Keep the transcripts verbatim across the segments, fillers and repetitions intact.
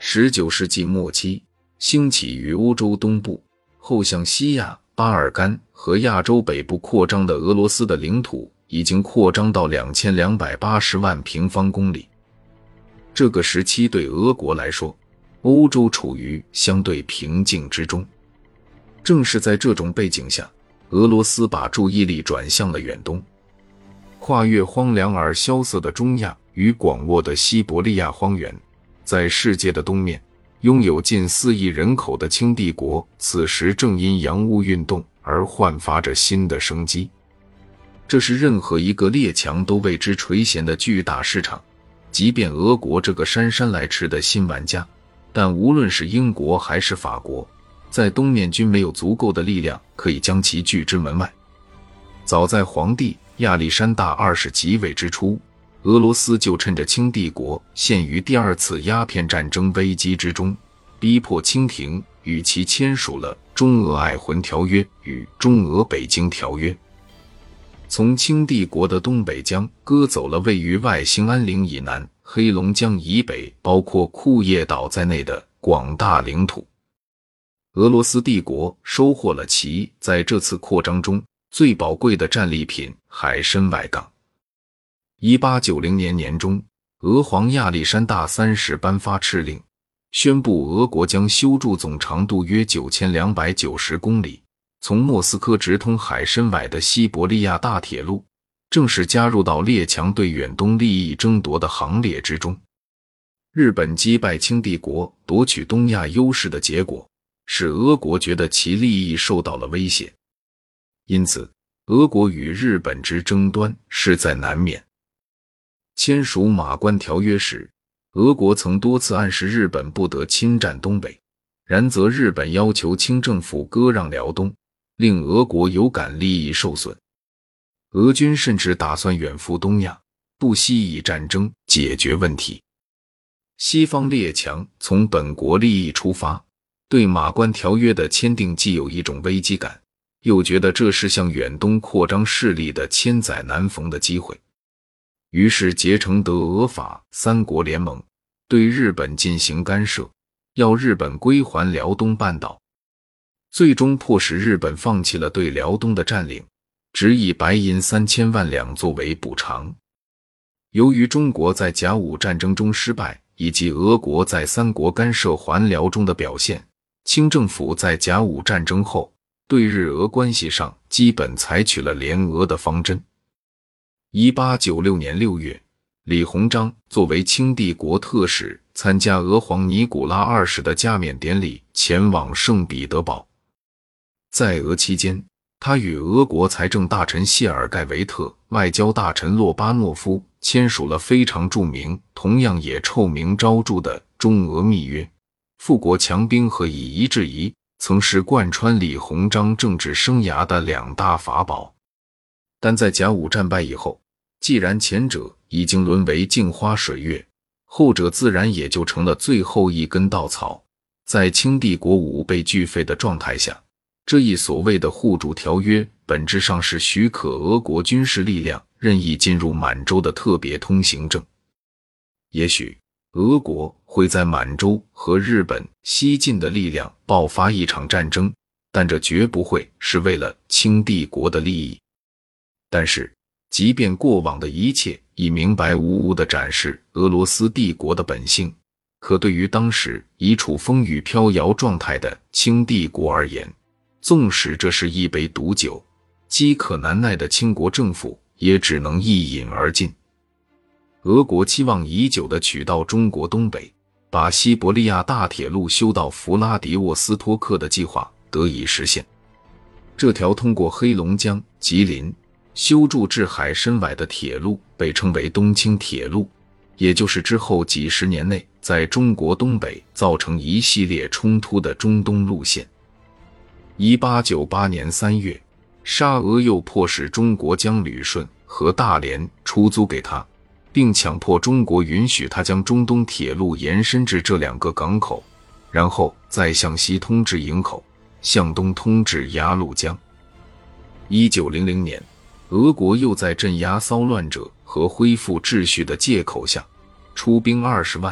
十九世纪末期兴起于欧洲东部，后向西亚、巴尔干和亚洲北部扩张的俄罗斯的领土已经扩张到两千两百八十万平方公里。这个时期对俄国来说，欧洲处于相对平静之中。正是在这种背景下，俄罗斯把注意力转向了远东，跨越荒凉而萧瑟的中亚与广袤的西伯利亚荒原。在世界的东面，拥有近四亿人口的清帝国，此时正因洋务运动而焕发着新的生机。这是任何一个列强都为之垂涎的巨大市场，即便俄国这个姗姗来迟的新玩家，但无论是英国还是法国，在东面均没有足够的力量可以将其拒之门外。早在皇帝亚历山大二世即位之初，俄罗斯就趁着清帝国陷于第二次鸦片战争危机之中，逼迫清廷与其签署了中俄爱魂条约与中俄北京条约，从清帝国的东北疆割走了位于外兴安岭以南、黑龙江以北包括库页岛在内的广大领土。俄罗斯帝国收获了其在这次扩张中最宝贵的战利品海参崴港。一八九零年年中，俄皇亚历山大三世颁发敕令，宣布俄国将修筑总长度约九千两百九十公里，从莫斯科直通海参崴的西伯利亚大铁路，正式加入到列强对远东利益争夺的行列之中。日本击败清帝国，夺取东亚优势的结果，使俄国觉得其利益受到了威胁，因此俄国与日本之争端势在难免。签署马关条约时，俄国曾多次暗示日本不得侵占东北，然则日本要求清政府割让辽东，令俄国有感利益受损。俄军甚至打算远赴东亚，不惜以战争解决问题。西方列强从本国利益出发，对马关条约的签订既有一种危机感，又觉得这是向远东扩张势力的千载难逢的机会。于是结成德俄法三国联盟，对日本进行干涉，要日本归还辽东半岛，最终迫使日本放弃了对辽东的占领，只以白银三千万两作为补偿。由于中国在甲午战争中失败，以及俄国在三国干涉还辽中的表现，清政府在甲午战争后对日俄关系上基本采取了联俄的方针。一八九六年六月，李鸿章作为清帝国特使，参加俄皇尼古拉二世的加冕典礼，前往圣彼得堡。在俄期间，他与俄国财政大臣谢尔盖维特、外交大臣洛巴诺夫签署了非常著名、同样也臭名昭著的中俄密约。富国强兵和以夷制夷曾是贯穿李鸿章政治生涯的两大法宝。但在甲午战败以后，既然前者已经沦为镜花水月，后者自然也就成了最后一根稻草。在清帝国五倍俱废的状态下，这一所谓的互助条约本质上是许可俄国军事力量任意进入满洲的特别通行证。也许俄国会在满洲和日本西进的力量爆发一场战争，但这绝不会是为了清帝国的利益。但是即便过往的一切已明白无误地展示俄罗斯帝国的本性，可对于当时已处风雨飘摇状态的清帝国而言，纵使这是一杯毒酒，饥渴难耐的清国政府也只能一饮而尽。俄国期望已久地取到中国东北，把西伯利亚大铁路修到弗拉迪沃斯托克的计划得以实现。这条通过黑龙江、吉林修筑至海参崴的铁路被称为东清铁路，也就是之后几十年内在中国东北造成一系列冲突的中东路线。一八九八年三月，沙俄又迫使中国将旅顺和大连出租给他，并强迫中国允许他将中东铁路延伸至这两个港口，然后再向西通至营口，向东通至鸭绿江。一九零零年，俄国又在镇压骚乱者和恢复秩序的借口下，出兵二十万，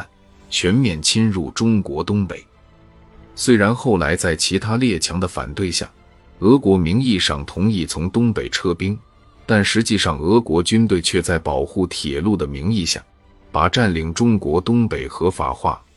全面侵入中国东北。虽然后来在其他列强的反对下，俄国名义上同意从东北撤兵，但实际上俄国军队却在保护铁路的名义下，把占领中国东北合法化